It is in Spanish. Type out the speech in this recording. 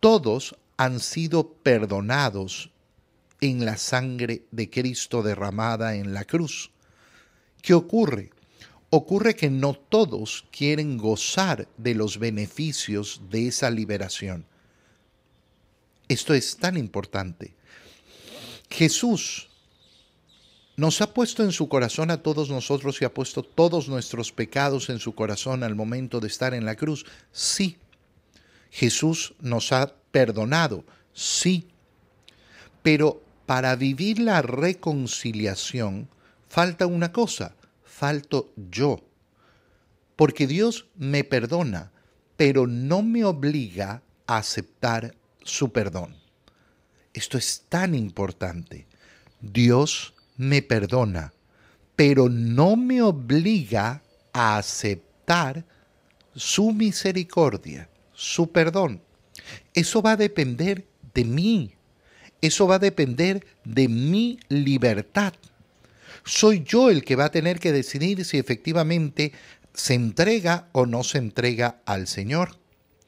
todos han sido perdonados en la sangre de Cristo derramada en la cruz. ¿Qué ocurre? Ocurre que no todos quieren gozar de los beneficios de esa liberación. Esto es tan importante. Jesús nos ha puesto en su corazón a todos nosotros y ha puesto todos nuestros pecados en su corazón al momento de estar en la cruz. Sí. Jesús nos ha perdonado. Sí. Pero para vivir la reconciliación falta una cosa. Falto yo. Porque Dios me perdona, pero no me obliga a aceptar su perdón. Esto es tan importante. Dios me perdona, pero no me obliga a aceptar su misericordia, su perdón. Eso va a depender de mí. Eso va a depender de mi libertad. Soy yo el que va a tener que decidir si efectivamente se entrega o no se entrega al Señor.